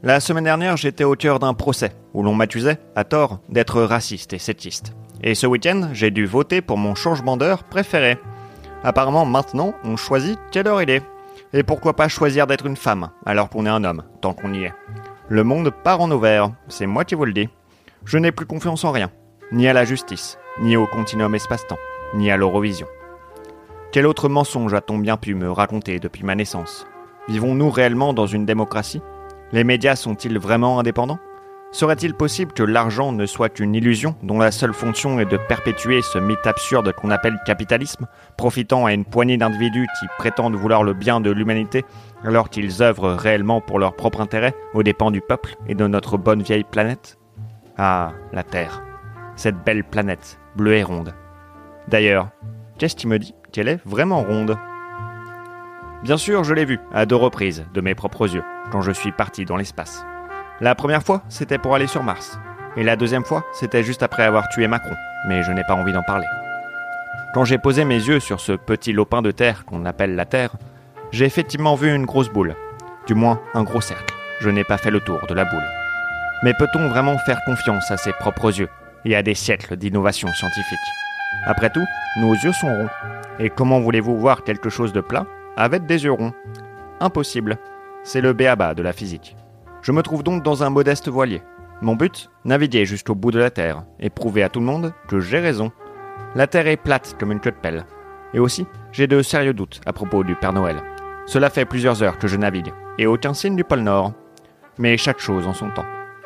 La semaine dernière, j'étais au cœur d'un procès où l'on m'accusait, à tort, d'être raciste et sexiste. Et ce week-end, j'ai dû voter pour mon changement d'heure préféré. Apparemment, maintenant, on choisit quelle heure il est. Et pourquoi pas choisir d'être une femme, alors qu'on est un homme, tant qu'on y est. Le monde part en ovaire, c'est moi qui vous le dis. Je n'ai plus confiance en rien, ni à la justice, ni au continuum espace-temps, ni à l'Eurovision. Quel autre mensonge a-t-on bien pu me raconter depuis ma naissance ? Vivons-nous réellement dans une démocratie ? Les médias sont-ils vraiment indépendants ? Serait-il possible que l'argent ne soit qu'une illusion dont la seule fonction est de perpétuer ce mythe absurde qu'on appelle capitalisme, profitant à une poignée d'individus qui prétendent vouloir le bien de l'humanité alors qu'ils œuvrent réellement pour leur propre intérêt aux dépens du peuple et de notre bonne vieille planète ? Ah, la Terre, cette belle planète, bleue et ronde. D'ailleurs, qu'est-ce qui me dit qu'elle est vraiment ronde ? Bien sûr, je l'ai vue, à 2 reprises, de mes propres yeux, quand je suis parti dans l'espace. La première fois, c'était pour aller sur Mars. Et la deuxième fois, c'était juste après avoir tué Macron, mais je n'ai pas envie d'en parler. Quand j'ai posé mes yeux sur ce petit lopin de terre qu'on appelle la Terre, j'ai effectivement vu une grosse boule. Du moins, un gros cercle. Je n'ai pas fait le tour de la boule. Mais peut-on vraiment faire confiance à ses propres yeux et à des siècles d'innovation scientifique ? Après tout, nos yeux sont ronds. Et comment voulez-vous voir quelque chose de plat avec des yeux ronds ? Impossible. C'est le b.a.-ba de la physique. Je me trouve donc dans un modeste voilier. Mon but ? Naviguer jusqu'au bout de la Terre et prouver à tout le monde que j'ai raison. La Terre est plate comme une queue de pelle. Et aussi, j'ai de sérieux doutes à propos du Père Noël. Cela fait plusieurs heures que je navigue, et aucun signe du pôle Nord. Mais chaque chose en son temps.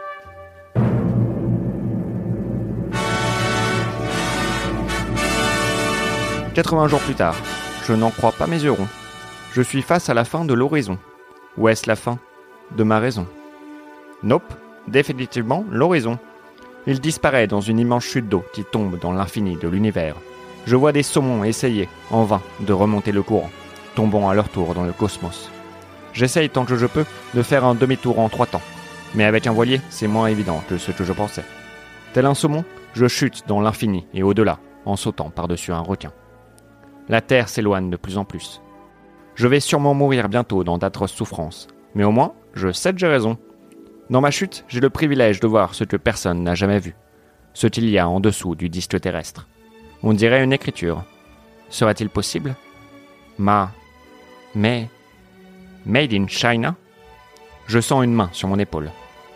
« 80 jours plus tard, je n'en crois pas mes yeux ronds. Je suis face à la fin de l'horizon. Ou est-ce la fin de ma raison ? Nope, définitivement l'horizon. Il disparaît dans une immense chute d'eau qui tombe dans l'infini de l'univers. Je vois des saumons essayer, en vain, de remonter le courant, tombant à leur tour dans le cosmos. J'essaye tant que je peux de faire un demi-tour en 3 temps. Mais avec un voilier, c'est moins évident que ce que je pensais. Tel un saumon, je chute dans l'infini et au-delà, en sautant par-dessus un requin. La Terre s'éloigne de plus en plus. Je vais sûrement mourir bientôt dans d'atroces souffrances, mais au moins, je sais que j'ai raison. Dans ma chute, j'ai le privilège de voir ce que personne n'a jamais vu, ce qu'il y a en dessous du disque terrestre. On dirait une écriture. Serait-il possible ? Mais... Made in China ? Je sens une main sur mon épaule.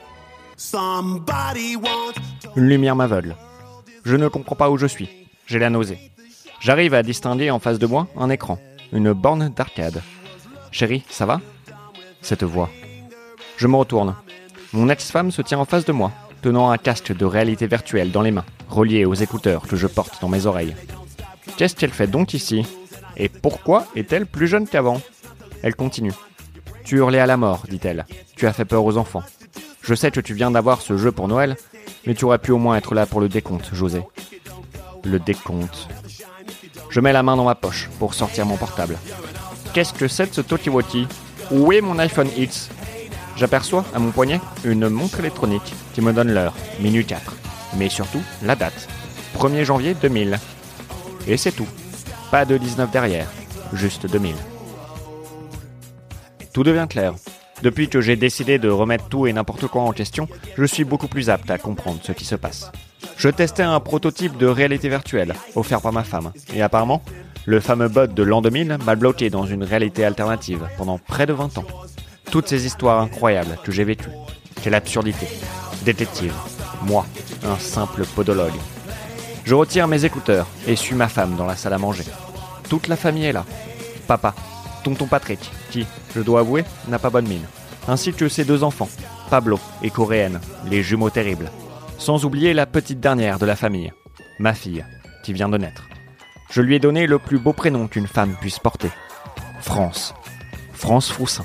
Une lumière m'aveugle. Je ne comprends pas où je suis. J'ai la nausée. J'arrive à distinguer en face de moi un écran, une borne d'arcade. Chérie, ça va ? Cette voix. Je me retourne. Mon ex-femme se tient en face de moi, tenant un casque de réalité virtuelle dans les mains, relié aux écouteurs que je porte dans mes oreilles. Qu'est-ce qu'elle fait donc ici ? Et pourquoi est-elle plus jeune qu'avant ? Elle continue. Tu hurlais à la mort, dit-elle. Tu as fait peur aux enfants. Je sais que tu viens d'avoir ce jeu pour Noël, mais tu aurais pu au moins être là pour le décompte, José. Le décompte. Je mets la main dans ma poche pour sortir mon portable. Qu'est-ce que c'est de ce talkie-walkie ? Où est mon iPhone X ? J'aperçois à mon poignet une montre électronique qui me donne l'heure, minuit 4. Mais surtout, la date. 1er janvier 2000. Et c'est tout. Pas de 19 derrière, juste 2000. Tout devient clair. Depuis que j'ai décidé de remettre tout et n'importe quoi en question, je suis beaucoup plus apte à comprendre ce qui se passe. Je testais un prototype de réalité virtuelle, offert par ma femme, et apparemment, le fameux bot de l'an 2000 m'a bloqué dans une réalité alternative pendant près de 20 ans. Toutes ces histoires incroyables que j'ai vécues. Quelle absurdité. Détective. Moi, un simple podologue. Je retire mes écouteurs et suis ma femme dans la salle à manger. Toute la famille est là. Papa, tonton Patrick, qui, je dois avouer, n'a pas bonne mine. Ainsi que ses 2 enfants, Pablo et Coréenne, les jumeaux terribles. Sans oublier la petite dernière de la famille, ma fille, qui vient de naître. Je lui ai donné le plus beau prénom qu'une femme puisse porter. France. France Froussin.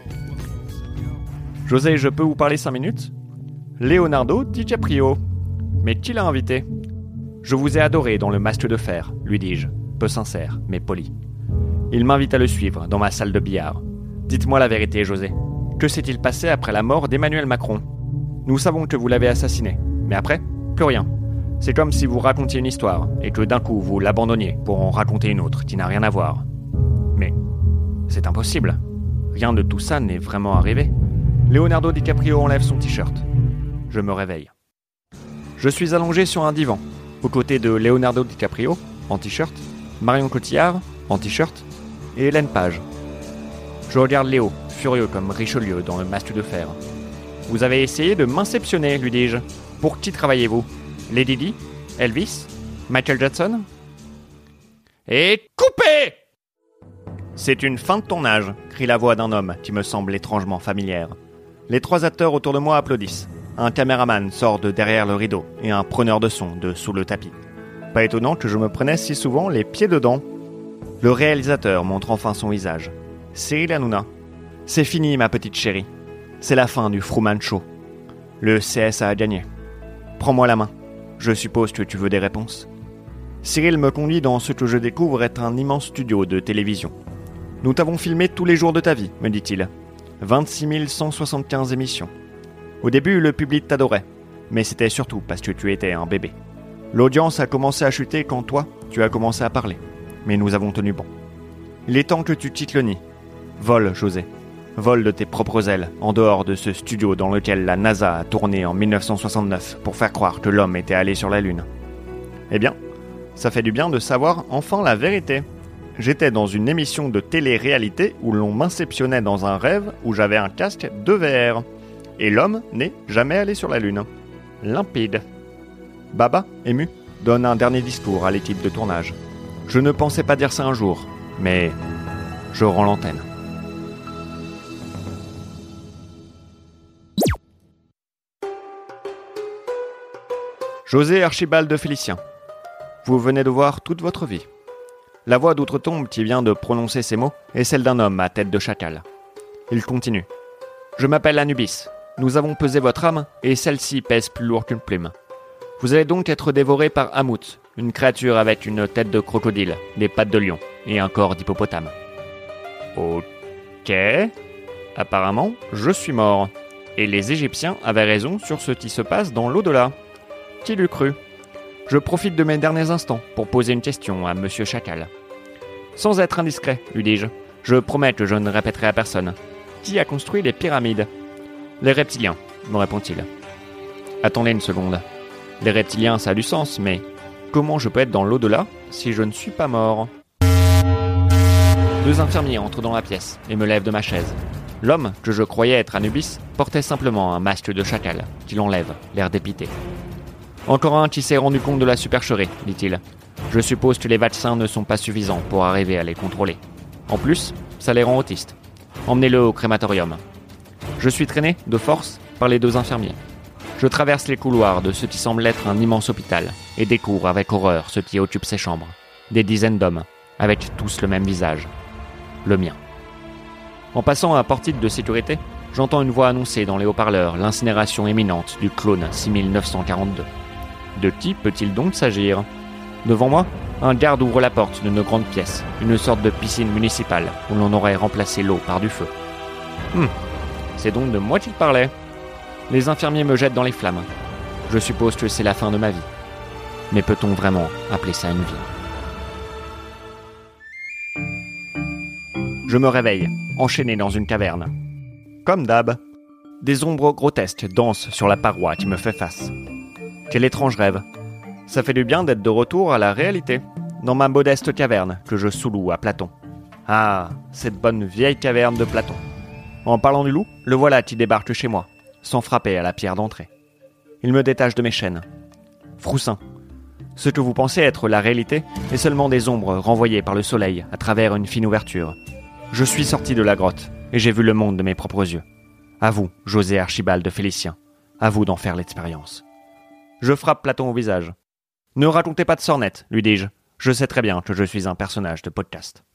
José, je peux vous parler 5 minutes ? Leonardo DiCaprio. Mais qui l'a invité ? Je vous ai adoré dans Le Masque de Fer, lui dis-je, peu sincère, mais poli. Il m'invite à le suivre dans ma salle de billard. Dites-moi la vérité, José. Que s'est-il passé après la mort d'Emmanuel Macron ? Nous savons que vous l'avez assassiné, mais après, plus rien. C'est comme si vous racontiez une histoire et que d'un coup vous l'abandonniez pour en raconter une autre qui n'a rien à voir. Mais c'est impossible. Rien de tout ça n'est vraiment arrivé. Leonardo DiCaprio enlève son t-shirt. Je me réveille. Je suis allongé sur un divan, aux côtés de Leonardo DiCaprio, en t-shirt, Marion Cotillard, en t-shirt, et Hélène Page. Je regarde Léo, furieux comme Richelieu dans le Masque de fer. « Vous avez essayé de m'inceptionner, lui dis-je. Pour qui travaillez-vous ? Lady Di ? Elvis ? Michael Jackson ? » Et coupé ! C'est une fin de tournage, crie la voix d'un homme qui me semble étrangement familière. Les 3 acteurs autour de moi applaudissent. Un caméraman sort de derrière le rideau et un preneur de son de sous le tapis. Pas étonnant que je me prenais si souvent les pieds dedans. Le réalisateur montre enfin son visage. Cyril Hanouna. C'est fini, ma petite chérie. C'est la fin du Fruman Show. Le CSA a gagné. Prends-moi la main. Je suppose que tu veux des réponses. Cyril me conduit dans ce que je découvre être un immense studio de télévision. Nous t'avons filmé tous les jours de ta vie, me dit-il. 26 175 émissions. Au début, le public t'adorait, mais c'était surtout parce que tu étais un bébé. L'audience a commencé à chuter quand toi, tu as commencé à parler. Mais nous avons tenu bon. Il est temps que tu quittes le nid. Vole, José. Vole de tes propres ailes, en dehors de ce studio dans lequel la NASA a tourné en 1969 pour faire croire que l'homme était allé sur la Lune. Eh bien, ça fait du bien de savoir enfin la vérité. J'étais dans une émission de télé-réalité où l'on m'inceptionnait dans un rêve où j'avais un casque de VR. Et l'homme n'est jamais allé sur la Lune. Limpide. Baba, ému, donne un dernier discours à l'équipe de tournage. Je ne pensais pas dire ça un jour, mais je rends l'antenne. José Archibald de Félicien. Vous venez de voir toute votre vie. La voix d'outre-tombe qui vient de prononcer ces mots est celle d'un homme à tête de chacal. Il continue. Je m'appelle Anubis. Nous avons pesé votre âme et celle-ci pèse plus lourd qu'une plume. Vous allez donc être dévoré par Amout, une créature avec une tête de crocodile, des pattes de lion et un corps d'hippopotame. Ok. Apparemment, je suis mort. Et les Égyptiens avaient raison sur ce qui se passe dans l'au-delà. Qui l'eût cru ? Je profite de mes derniers instants pour poser une question à Monsieur Chacal. Sans être indiscret, lui dis-je, je promets que je ne répéterai à personne. Qui a construit les pyramides ? Les reptiliens, me répond-il. Attendez une seconde. Les reptiliens, ça a du sens, mais comment je peux être dans l'au-delà si je ne suis pas mort ? 2 infirmiers entrent dans la pièce et me lèvent de ma chaise. L'homme, que je croyais être Anubis, portait simplement un masque de chacal, qu'il enlève, l'air dépité. Encore un qui s'est rendu compte de la supercherie, dit-il. Je suppose que les vaccins ne sont pas suffisants pour arriver à les contrôler. En plus, ça les rend autistes. Emmenez-le au crématorium. Je suis traîné, de force, par les 2 infirmiers. Je traverse les couloirs de ce qui semble être un immense hôpital et découvre avec horreur ce qui occupe ces chambres. Des dizaines d'hommes, avec tous le même visage. Le mien. En passant à un portique de sécurité, j'entends une voix annoncer dans les haut-parleurs l'incinération imminente du clone 6942. De qui peut-il donc s'agir ? Devant moi, un garde ouvre la porte d'une grande pièce, une sorte de piscine municipale où l'on aurait remplacé l'eau par du feu. C'est donc de moi qu'il parlait. Les infirmiers me jettent dans les flammes. Je suppose que c'est la fin de ma vie. Mais peut-on vraiment appeler ça une vie ? Je me réveille, enchaîné dans une caverne. Comme d'hab, des ombres grotesques dansent sur la paroi qui me fait face. Quel étrange rêve. Ça fait du bien d'être de retour à la réalité, dans ma modeste caverne que je sous-loue à Platon. Ah, cette bonne vieille caverne de Platon. En parlant du loup, le voilà qui débarque chez moi, sans frapper à la pierre d'entrée. Il me détache de mes chaînes. Froussin. Ce que vous pensez être la réalité est seulement des ombres renvoyées par le soleil à travers une fine ouverture. Je suis sorti de la grotte et j'ai vu le monde de mes propres yeux. À vous, José Archibald de Félicien. À vous d'en faire l'expérience. Je frappe Platon au visage. Ne racontez pas de sornettes, lui dis-je. Je sais très bien que je suis un personnage de podcast.